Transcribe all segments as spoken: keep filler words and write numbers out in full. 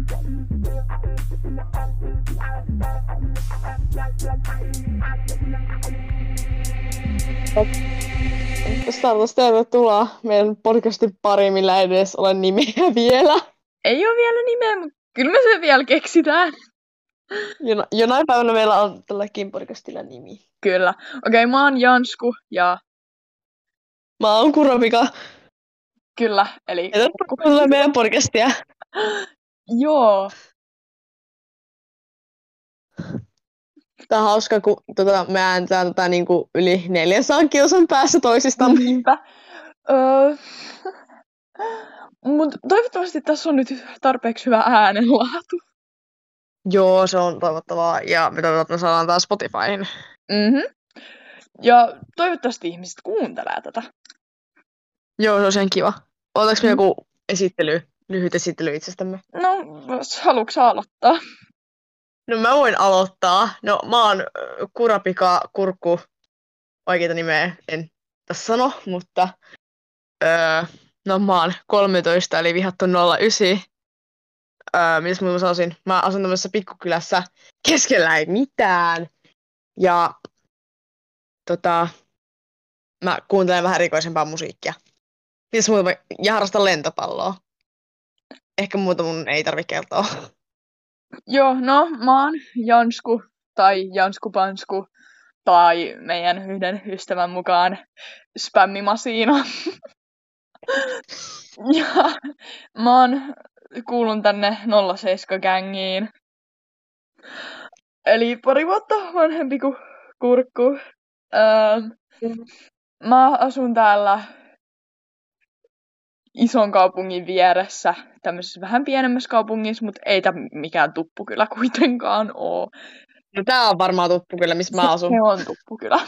Startas, tervetuloa meidän podcastin pariin, millä ei edes ole nimeä vielä. Ei ole vielä nimeä, mutta kyllä me se vielä keksitään. Jona, jonain päivänä meillä on tälläkin podcastilla nimi. Kyllä. Okei, okay, mä oon Jansku ja... Mä oon Kurapika. Kyllä, eli... Ja tervetuloa meidän podcastia. Joo. Tää on hauska, kun tota, me ääntään tätä niinku yli neljänsadan kilsan päässä toisistamme. Niinpä. Öö... Mut toivottavasti tässä on nyt tarpeeksi hyvä äänenlaatu. Joo, se on toivottavaa. Ja me toivottavasti me saadaan taas Spotifyin. Mhm. Ja toivottavasti ihmiset kuuntelee tätä. Joo, se on sen kiva. Otaks me joku esittely, lyhyt esittely itsestämme? No, haluatko aloittaa? No mä voin aloittaa. No mä oon Kurapika Kurkku. Oikeita nimeä en tässä sano, mutta öö, no mä oon kolmetoista, eli vihattu nolla yhdeksän. Öö, mitäs mä sanoisin? Mä asun tämmöisessä pikkukylässä keskellä ei mitään. Ja tota, mä kuuntelen vähän erikoisempaa musiikkia. Mitäs muuta? Ja harrastan lentopalloa. Ehkä muuta mun ei tarvitse kertoa. Joo, no mä oon Jansku tai Jansku Pansku tai meidän yhden ystävän mukaan spämmimasiina. Ja mä oon, kuulun tänne nolla seitsemän-gängiin. Eli pari vuotta vanhempi kuin Kurkku. Öö, mä asun täällä ison kaupungin vieressä, tämmöisessä vähän pienemmässä kaupungissa, mutta ei tämä mikään tuppukylä kuitenkaan oo. No tää on varmaan tuppukylä, missä mä asun. Se on tuppukylä.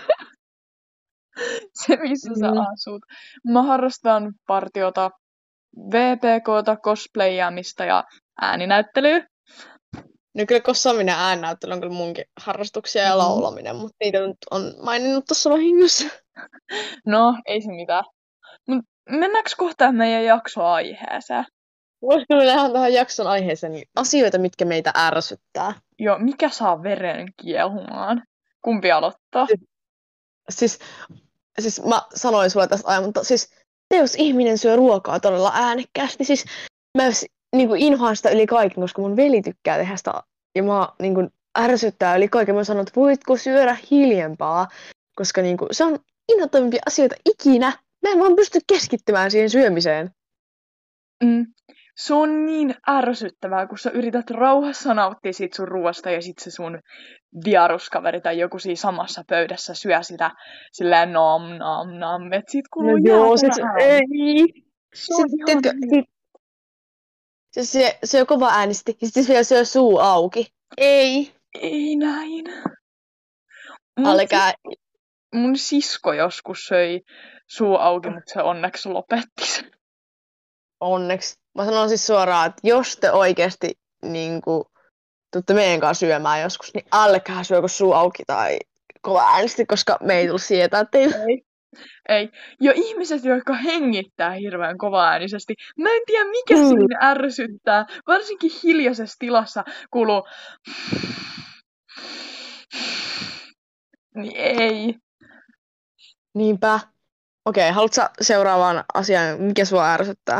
Se, missä mm. sä asut. Mä harrastan partiota, V P K:ta, cosplayaamista ja ääninäyttelyä. No kyllä kossaaminen ja ääninäyttely on kyllä munkin harrastuksia ja laulaminen, mutta niitä nyt on maininnut tuossa vahingossa. No, ei se mitään. Mut mennäänkö kohta meidän jaksoaiheeseen? Voisiko me nähdä tähän jakson aiheeseen niin asioita, mitkä meitä ärsyttää? Joo, mikä saa veren kiehumaan? Kumpi aloittaa? Siis, siis mä sanoin sulle tästä aivan, mutta siis te jos ihminen syö ruokaa todella äänekkäästi, siis mä niin kuin inhoan sitä yli kaiken, koska mun veli tykkää tehdä sitä ja mä niin kuin ärsyttää yli kaiken. Mä sanon, että voitko syödä hiljempaa, koska niin kuin, se on inhottavimpia asioita ikinä. Mä en vaan pysty keskittymään siihen syömiseen. Mm. Se on niin ärsyttävää, kun sä yrität rauhassa nauttia siitä sun ruoasta ja sit se sun diaruskaveri tai joku siinä samassa pöydässä syö sitä silleen nom nom nom, et sit kuluu no joo, siis ei. Se on sit, tiedätkö, sit, se, se, se on kova äänesti ja sitten se syö suu auki. Ei. Ei näin. Älkää. Mun sisko joskus söi suu auki, mutta se onneksi lopetti sen. Onneksi. Mä sanon siis suoraan, että jos te oikeesti niin kuin, tuutte meidän kanssa syömään joskus, niin älkää syökö suu auki tai kova äänesti, koska me ei tullut sietää teille. Ei. Ei. Jo ihmiset, jotka hengittää hirveän kovaäänisesti. Mä en tiedä, mikä mm. siinä ärsyttää. Varsinkin hiljaisessa tilassa kuuluu... Niin ei. Niinpä. Okei, haluatko seuraavaan asiaan, mikä sua ärsyttää?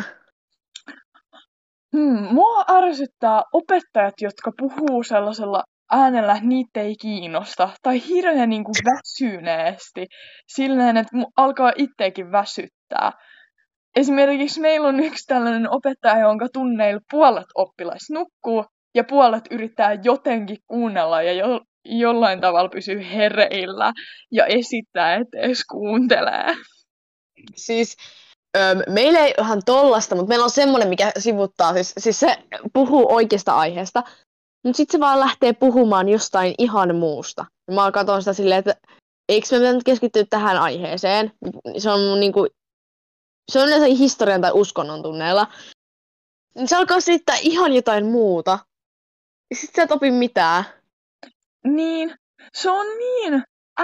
Hmm, mua ärsyttää opettajat, jotka puhuu sellaisella äänellä, että niitä ei kiinnosta. Tai hirveän niin kuin väsyneesti. Silleen, että alkaa itseäkin väsyttää. Esimerkiksi meillä on yksi tällainen opettaja, jonka tunneilla puolet oppilais nukkuu ja puolet yrittää jotenkin kuunnella ja jo, jollain tavalla pysyy hereillä ja esittää, että edes kuuntelee. Siis öö, meillä ei ihan tollasta, mutta meillä on semmoinen, mikä sivuttaa. Siis, siis se puhuu oikeasta aiheesta, mutta sitten se vaan lähtee puhumaan jostain ihan muusta. Mä katson sitä silleen, että eikö me pitänyt keskittyä tähän aiheeseen. Se on mun niinku... Se on yleensä historian tai uskonnon tunneilla. Se alkaa selittää ihan jotain muuta. Ja sit sä et opi mitään. Niin, se on niin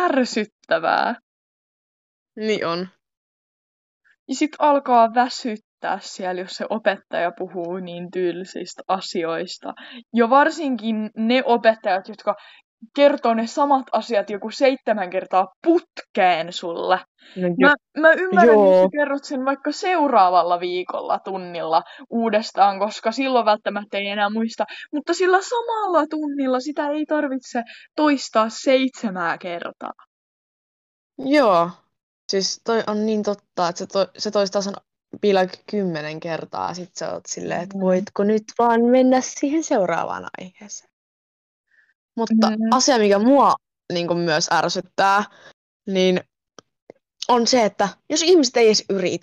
ärsyttävää. Niin on. Ja sit alkaa väsyttää. ärsyttää siellä, jos se opettaja puhuu niin tylsistä asioista. Ja varsinkin ne opettajat, jotka kertoo ne samat asiat joku seitsemän kertaa putkeen sulle. No, jo, Mä, mä ymmärrän, jos sä joo. kerrot sen vaikka seuraavalla viikolla tunnilla uudestaan, koska silloin välttämättä ei enää muista. Mutta sillä samalla tunnilla sitä ei tarvitse toistaa seitsemää kertaa. Joo. Siis toi on niin totta, että se, to, se toistaa sen be like kymmenen kertaa. Sit sä oot silleen, että Mm. voitko nyt vaan mennä siihen seuraavaan aiheeseen. Mutta Mm. asia, mikä mua niin kuin myös ärsyttää, niin on se, että jos ihmiset ei edes yritä.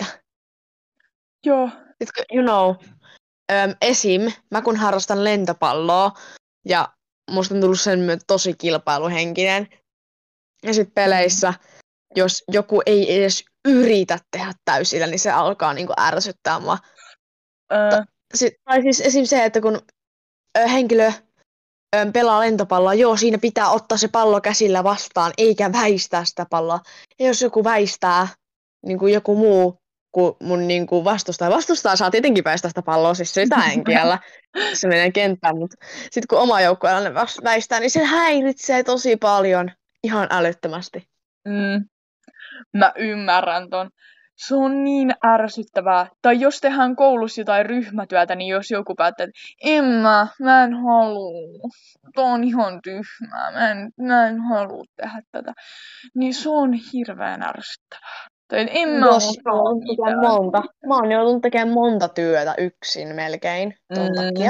Joo. Tiedätkö, you know, äm, esim. Mä kun harrastan lentopalloa ja musta on tullut sen myötä tosi kilpailuhenkinen. Ja sit peleissä, jos joku ei edes yritä tehdä täysillä, niin se alkaa niinku ärsyttää mua. Ö, Sit, tai siis esim. Se, että kun ö, henkilö ö, pelaa lentopalloa, joo, siinä pitää ottaa se pallo käsillä vastaan, eikä väistää sitä palloa. Ja jos joku väistää, niin kuin joku muu kuin mun niin kuin vastustaja, vastustaja saa tietenkin väistää sitä palloa, siis sitä en kiellä, se menee kenttään, mutta sitten kun oma joukkueella väistää, niin se häiritsee tosi paljon, ihan älyttömästi. mm. Mä ymmärrän ton. Se on niin ärsyttävää. Tai jos tehdään koulussa jotain ryhmätyötä, niin jos joku päättää, että en mä, mä en halua. Tuo on ihan tyhmää. Mä en, mä en halua tehdä tätä. Niin se on hirveän ärsyttävää. Tai että en mä Jos osaa joudun tekemään mitään. monta. Mä oon joutunut tekemään monta työtä yksin melkein ton Mm. takia.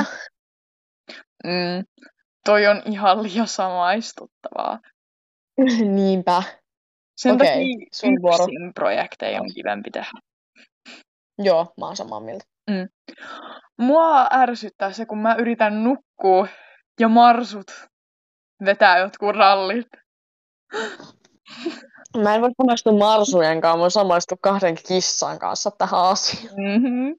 Mm. Toi on ihan liian samaistuttavaa. Niinpä. Sen Okei, takia sun vuoro. yksin projekteja on kivempi tehdä. Joo, mä oon samaa mieltä. Mm. Mua ärsyttää se, kun mä yritän nukkua ja marsut vetää jotkut rallit. Mä en voi samaistua marsujen kanssa, mä voin samaistua kahden kissan kanssa tähän asiaan. Mm-hmm.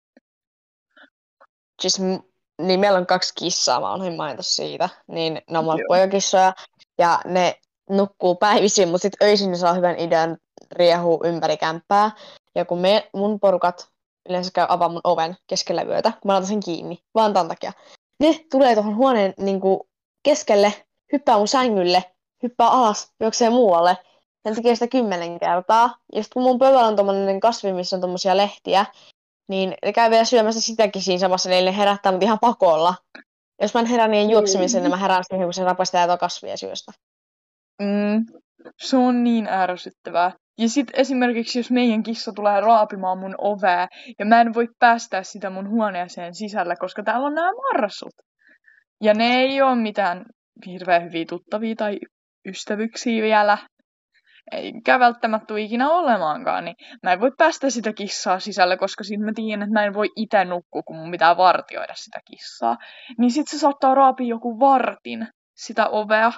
Siis, m- niin meillä on kaksi kissaa, mä oon mainita siitä. Niin ne on molemmat Joo. poikakissoja ja ne nukkuu päivisin, mutta sitten öisin ne saa hyvän idean riehuu ympäri kämppää. Ja kun me, mun porukat yleensä käy avaa mun oven keskellä yötä, kun mä laitan sen kiinni, vaan tämän takia. Ne tulee tuohon huoneen niin kuin keskelle, hyppää mun sängylle, hyppää alas, juoksee muualle. Ja ne tekee sitä kymmenen kertaa. Ja sitten kun mun pöydällä on tommonen kasvi, missä on tommosia lehtiä, niin ne käy vielä syömässä sitäkin siinä samassa, eli ne herättää mut ihan pakolla. Jos mä en herää niiden juoksemiseen, niin mä herään siihen, kun se rapastaa tuo kasvia syöstä. Mm. Se on niin ärsyttävää. Ja sitten esimerkiksi, jos meidän kissa tulee raapimaan mun ovea, ja mä en voi päästää sitä mun huoneeseen sisällä, koska täällä on nämä marsut. Ja ne ei ole mitään hirveän hyviä tuttavia tai ystävyksiä vielä. Eikä välttämättä tule ikinä olemaankaan, niin mä en voi päästä sitä kissaa sisälle, koska siinä mä tiedän, että mä en voi itse nukkua, kun mun pitää vartioida sitä kissaa. Niin sit se saattaa raapia joku vartin sitä ovea.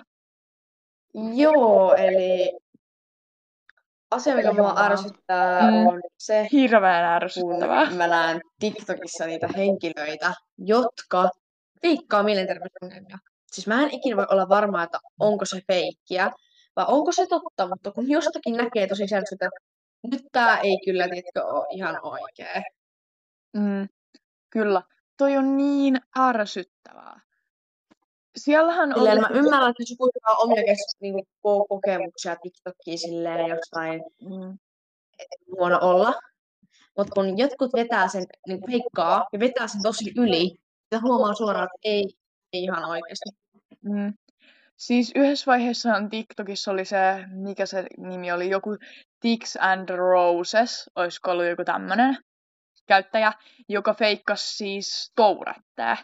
Joo, eli asia, mikä mua ärsyttää, Mm. on se, Hirveän ärsyttävää. kun mä näen TikTokissa niitä henkilöitä, jotka feikkaa mielenterveysongelmia. Siis mä en ikinä voi olla varma, että onko se feikkiä, vai onko se totta, mutta kun jostakin näkee tosi selvästi, että nyt tää ei kyllä, tiedätkö, ole ihan oikee. Mm. Kyllä. Toi on niin ärsyttävää. Siellähän on... Silleen mä ymmärrän, että se kuitenkaan omia kes- niinku, ko- kokemuksia TikTokiin silleen jostain Mm. huono olla. Mutta kun jotkut vetää sen, niin feikkaa ja vetää sen tosi yli, ja huomaa suoraan, että ei, ei ihan oikeasti. Mm. Siis yhdessä vaiheessa TikTokissa oli se, mikä se nimi oli, joku Tix and Roses, olisiko ollut joku tämmönen käyttäjä, joka feikkasi siis tourettea.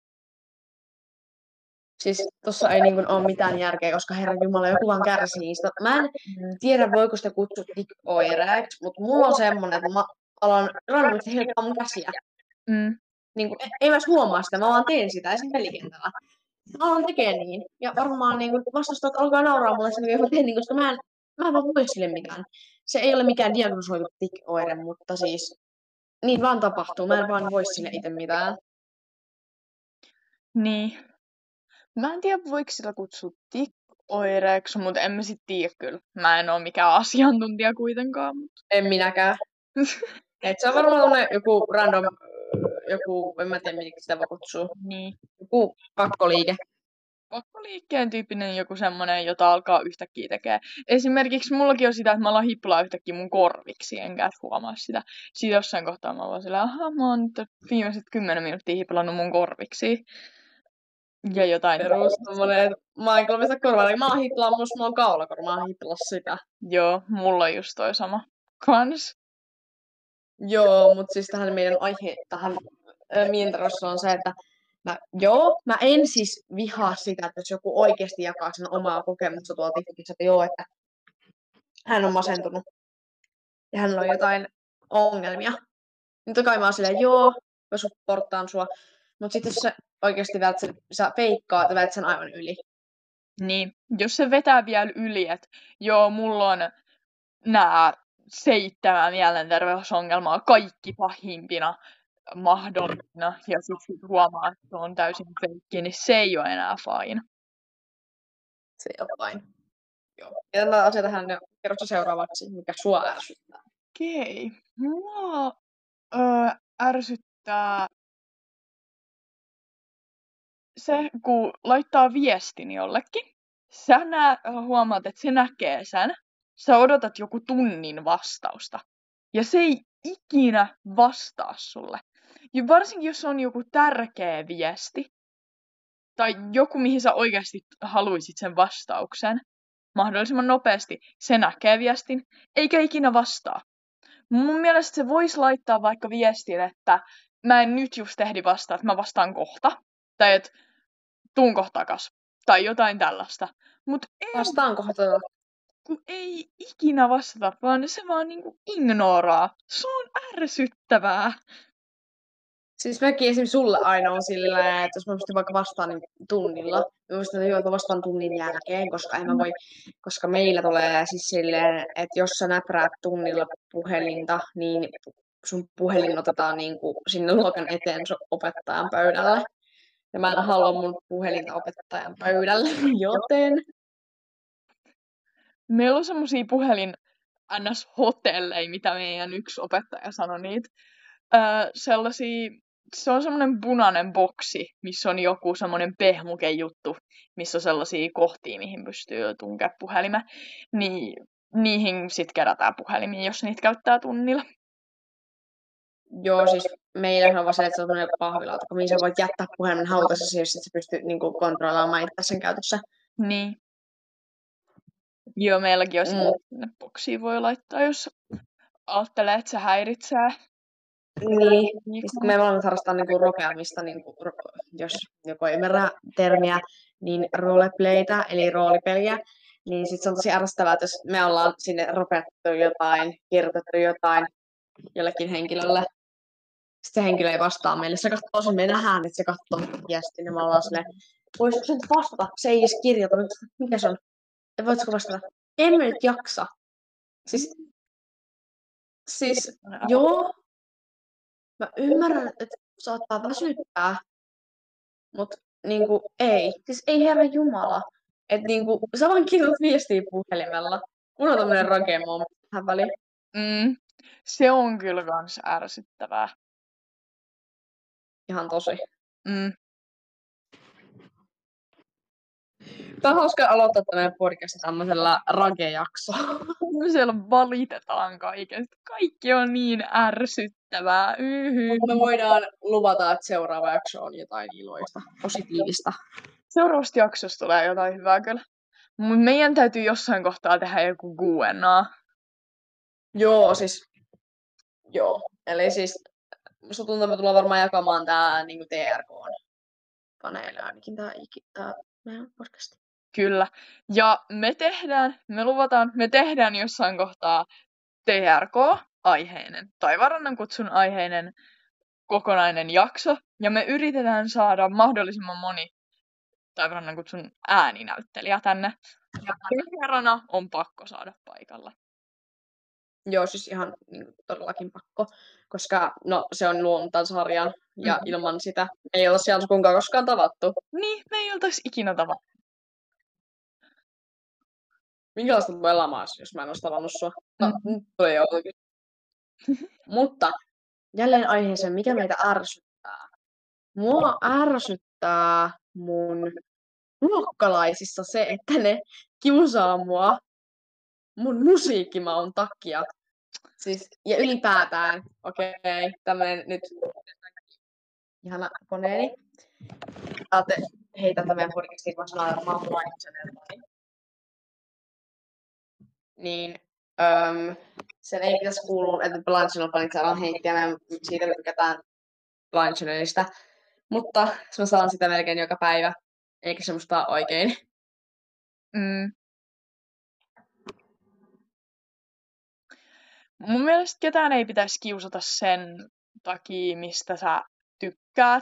Siis tossa ei niin ole mitään järkeä, koska Herran Jumala joku vaan kärsii niistä. Mä en tiedä, voiko sitä kutsua tik-oireeksi, mutta mulla on semmonen, että mä alan randomasti helpottaa mun käsiä. Mm. Niin kuin, ei mä edes huomaa sitä, mä vaan teen sitä esim. Pelikentällä. Mä alan tekemään niin. Ja varmaan niin vastustajat alkaa nauraa mulle sen, kun teen niin, koska mä en, mä en vaan voi sille mitään. Se ei ole mikään diagnosoitu tik-oire, mutta siis niin vaan tapahtuu. Mä en vaan voi sille itse mitään. Niin. Mä en tiedä, voiko sitä kutsua tik-oireeksi, mutta en mä sit tiedä kyllä. Mä en oo mikään asiantuntija kuitenkaan. Mutta... En minäkään. Et se on varmaan tommonen joku random, joku, en mä tiedä miksi sitä voi kutsua, Niin. joku pakkoliike. Pakkoliikkeen tyyppinen joku semmonen, jota alkaa yhtäkkiä tekee. Esimerkiksi mullakin on sitä, että mä alan hiplaa yhtäkkiä mun korviksi, enkä edes huomaa sitä. Sitten jossain kohtaa mä oon sillä, aha, mä oon nyt viimeiset kymmenen minuuttia hiplannut mun korviksi. Ja jotain. Perus tommonen, mä en kyllä mistä korvaa, mä oon hiplaa, musta mä oon kaulakorva, mä oon hiplaa sitä. Joo, mulla on just toi sama. Kans. Joo, mutta siis tähän meidän aihe, tähän miintarossa on se, että mä, joo, mä en siis vihaa sitä, että jos joku oikeasti jakaa sen omaa kokemusta tuolla TikTokissa, että joo, että hän on masentunut ja hänellä on jotain ongelmia. Niin totta kai mä oon silleen, joo, mä supporttaan sua, mutta sitten jos sä oikeasti väät sen, sä feikkaat ja väät sen aivan yli. Niin, jos se vetää vielä yli, että joo, mulla on nää seitsemän mielenterveysongelmaa kaikki pahimpina mahdollisina, ja sitten huomaa, että se on täysin feikki, niin se ei ole enää fine. Se ei ole fine. Joo. Ja tätä asiaa tähän kerro seuraavaksi, mikä sua ärsyttää. Okei. Mua öö, ärsyttää se, kun laittaa viestin jollekin. Sä nää, huomaat, että se näkee sen. Sä odotat joku tunnin vastausta. Ja se ei ikinä vastaa sulle. Ja varsinkin, jos on joku tärkeä viesti. Tai joku, mihin sä oikeasti haluisit sen vastauksen. Mahdollisimman nopeasti. Se näkee viestin. Eikä ikinä vastaa. Mun mielestä se voisi laittaa vaikka viestin, että mä en nyt just ehdi vastaa, että mä vastaan kohta. Tai että tuun kohta takas. Tai jotain tällaista. Mut ei, Vastaan kohta. kun ei ikinä vastata, vaan se vaan niinku ignoraa. Se on ärsyttävää. Siis mäkin esimerkiksi sulle aina on silleen, että jos mä pystyn vaikka vastaan niin tunnilla, mä pystyn, että joo, että mä vastaan tunnin jälkeen, koska en mä voi, koska meillä tulee siis silleen, että jos sä näpräät tunnilla puhelinta, niin sun puhelin otetaan niin kuin sinne luokan eteen sun opettajan pöydälle. Ja mä en halua mun puhelinta opettajan pöydälle, joten... Meillä on semmosia puhelin ns. Hotelleja, mitä meidän yksi opettaja sanoi niitä. Öö, sellaisia, se on semmoinen punainen boksi, missä on joku semmoinen pehmuke juttu, missä on sellaisia kohtia, mihin pystyy tunkea puhelimen. Niin niihin sit kerätään puhelimia, jos niitä käyttää tunnilla. Joo, siis meillä on vaan se, että se on semmoinen pahvilauta, mihin sä voit jättää puhelimen hautasasi, jos et sä pysty niin kuin, kontrolloimaan itse sen käytössä. Niin. Joo, meilläkin on Mm. sinne boksiin voi laittaa, jos ajattelee, että se häiritsee. Niin, sitten me molemmat harrastaa niinku ropeamista, niinku, jos joku ei ymmärrä termiä, niin roleplaytä, eli roolipeliä. Niin sitten se on tosi ärsyttävää, että jos me ollaan sinne ropeattu jotain, kirjoitettu jotain jollekin henkilölle, sitten se henkilö ei vastaa meille. Se katsoo sen, me nähdään, että se katsoo viestin, ja me ollaan silleen, voisitko sen vastata? Se ei edes kirjoita, mikä se on? Ja voitko vastata? En mä nyt jaksa. Siis, siis joo. Mä ymmärrän, että saattaa väsyttää, mutta niinku ei. Siis ei herra jumala. Että niinku, sä vaan kirjoitat viestiä puhelimella. Mun on tämmönen rakemo tähän väliin. Mm, se on kyllä kans ärsyttävää. Ihan tosi. Mm. Tää on hauska aloittaa tämmönen podcast tämmöisellä rage-jaksolla. Siellä valitetaan kaikesta. Kaikki on niin ärsyttävää. Yhy. Me voidaan luvata, että seuraava jakso on jotain iloista, positiivista. Seuraavasta jaksosta tulee jotain hyvää kyllä. Mut meidän täytyy jossain kohtaa tehdä joku Q and A. Joo, siis... Joo. Eli siis... Musta tuntuu, että me tullaan varmaan jakamaan tää niinku T R K-paneeli ainakin tää, tää meidän podcast. Kyllä. Ja me tehdään, me luvataan, me tehdään jossain kohtaa T R K-aiheinen tai varannan kutsun aiheinen kokonainen jakso. Ja me yritetään saada mahdollisimman moni tai varannan kutsun ääninäyttelijä tänne. Ja herrana on pakko saada paikalla. Joo, siis ihan niin, todellakin pakko, koska no, se on luontaan sarjan ja mm-hmm. ilman sitä ei ole siellä kuinkaan koskaan tavattu. Niin, me ei oltaisi ikinä tavattu. Minkälaista tulee elämä, jos mä en olisi tavannut sua? No, mm-hmm. nyt tulee jotakin. Mutta jälleen aiheeseen, mikä meitä ärsyttää. Mua ärsyttää mun luokkalaisissa se, että ne kiusaa mua mun musiikkimaun takia. Siis, ja ylipäätään, okei, okay, tämmönen nyt ihana koneeni. Aatte, heitän tämän podcastin, kun sanoin, että mä oon laittanut. Niin, öm, sen ei pitäisi kuulua, että Blind Channel fanit saadaan heittiä, me siitä tykätään Blind Channelista. Mutta mä saan sitä melkein joka päivä, eikä se musta ole oikein. Mm. Mun mielestä ketään ei pitäisi kiusata sen takia, mistä sä tykkäät.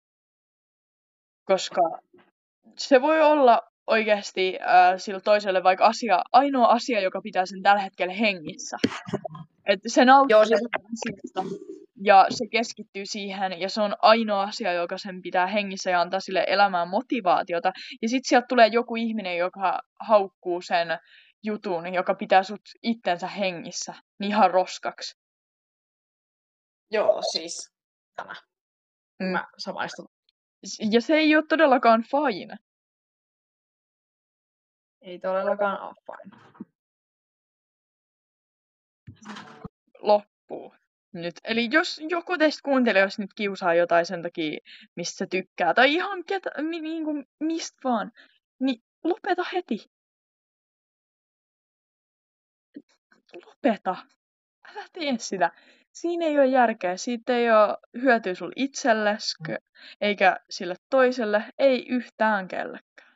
Koska se voi olla oikeasti äh, sillä toiselle vaikka asia, ainoa asia, joka pitää sen tällä hetkellä hengissä. Että se nauttii Joo, se... asiasta ja se keskittyy siihen ja se on ainoa asia, joka sen pitää hengissä ja antaa sille elämään motivaatiota. Ja sit sieltä tulee joku ihminen, joka haukkuu sen jutun, joka pitää sut itsensä hengissä, niin ihan roskaksi. Joo, siis tämä. Mm. Mä samaistun. Ja se ei ole todellakaan fine. Ei todellakaan ole fine. Loppuu nyt. Eli jos joku teistä kuuntelijoista nyt kiusaa jotain sen takia, mistä se tykkää, tai ihan ketä, mi, niin kuin mistä vaan, niin lopeta heti. Lopeta. Älä tee sitä. Siinä ei ole järkeä. Siitä ei ole hyötyä sulle itsellesi, eikä sille toiselle, ei yhtään kellekään.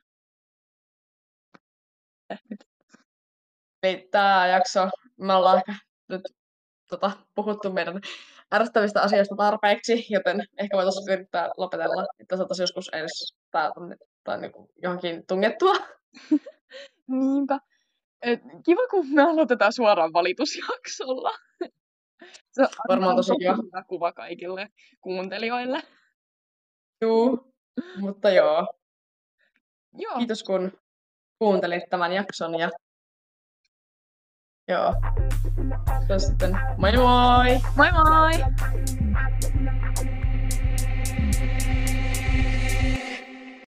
Eh, nyt. Niin, tää jakso, me ollaan ehkä nyt tota, puhuttu meidän ärsyttävistä asioista tarpeeksi, joten ehkä voitaisiin yrittää lopetella, että saataisiin joskus edes tää tai niinku johonkin tungettua. Niinpä. Et, kiva, kun me aloitetaan suoraan valitusjaksolla. Se on varmaan tosi kiva. Hyvä kuva kaikille kuuntelijoille. Juu, mutta joo. Joo. Kiitos kun kuuntelit tämän jakson ja joo. Se on sitten moi moi! Moi moi!